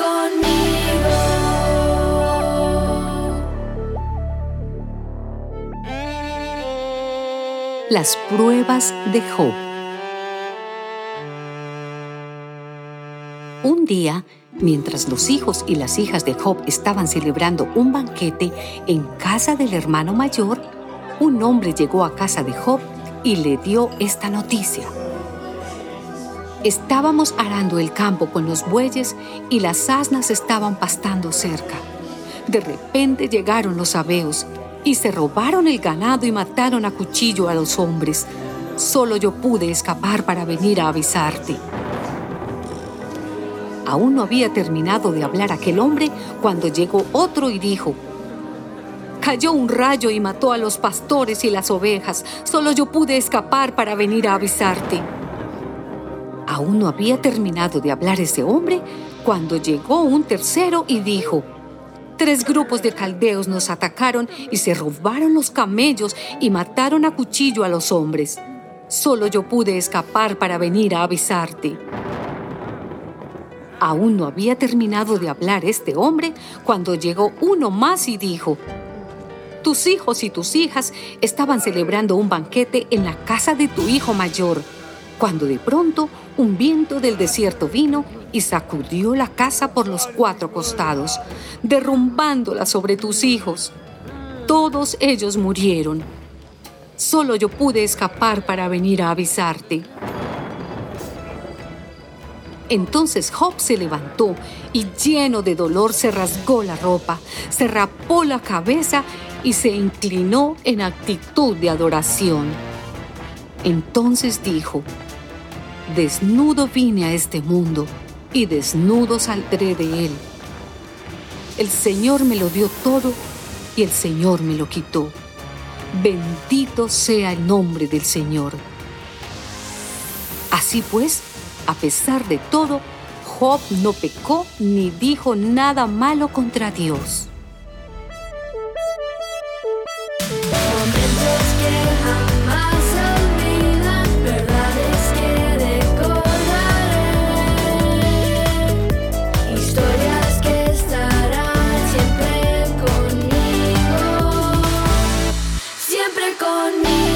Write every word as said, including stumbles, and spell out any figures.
conmigo. Las pruebas de Job. Un día, mientras los hijos y las hijas de Job estaban celebrando un banquete en casa del hermano mayor, un hombre llegó a casa de Job y le dio esta noticia. Estábamos arando el campo con los bueyes y las asnas estaban pastando cerca. De repente llegaron los sabeos y se robaron el ganado y mataron a cuchillo a los hombres. Solo yo pude escapar para venir a avisarte. Aún no había terminado de hablar aquel hombre cuando llegó otro y dijo: cayó un rayo y mató a los pastores y las ovejas. Solo yo pude escapar para venir a avisarte. Aún no había terminado de hablar ese hombre cuando llegó un tercero y dijo: tres grupos de caldeos nos atacaron y se robaron los camellos y mataron a cuchillo a los hombres. Solo yo pude escapar para venir a avisarte. Aún no había terminado de hablar este hombre cuando llegó uno más y dijo: tus hijos y tus hijas estaban celebrando un banquete en la casa de tu hijo mayor, cuando de pronto un viento del desierto vino y sacudió la casa por los cuatro costados, derrumbándola sobre tus hijos. Todos ellos murieron. Solo yo pude escapar para venir a avisarte. Entonces Job se levantó y lleno de dolor se rasgó la ropa, se rapó la cabeza y se inclinó en actitud de adoración. Entonces dijo: desnudo vine a este mundo y desnudo saldré de él. El Señor me lo dio todo y el Señor me lo quitó. Bendito sea el nombre del Señor. Así pues, a pesar de todo, Job no pecó ni dijo nada malo contra Dios. Momentos que jamás se olvidan, verdades que recordaré, historias que estarán siempre conmigo, siempre conmigo.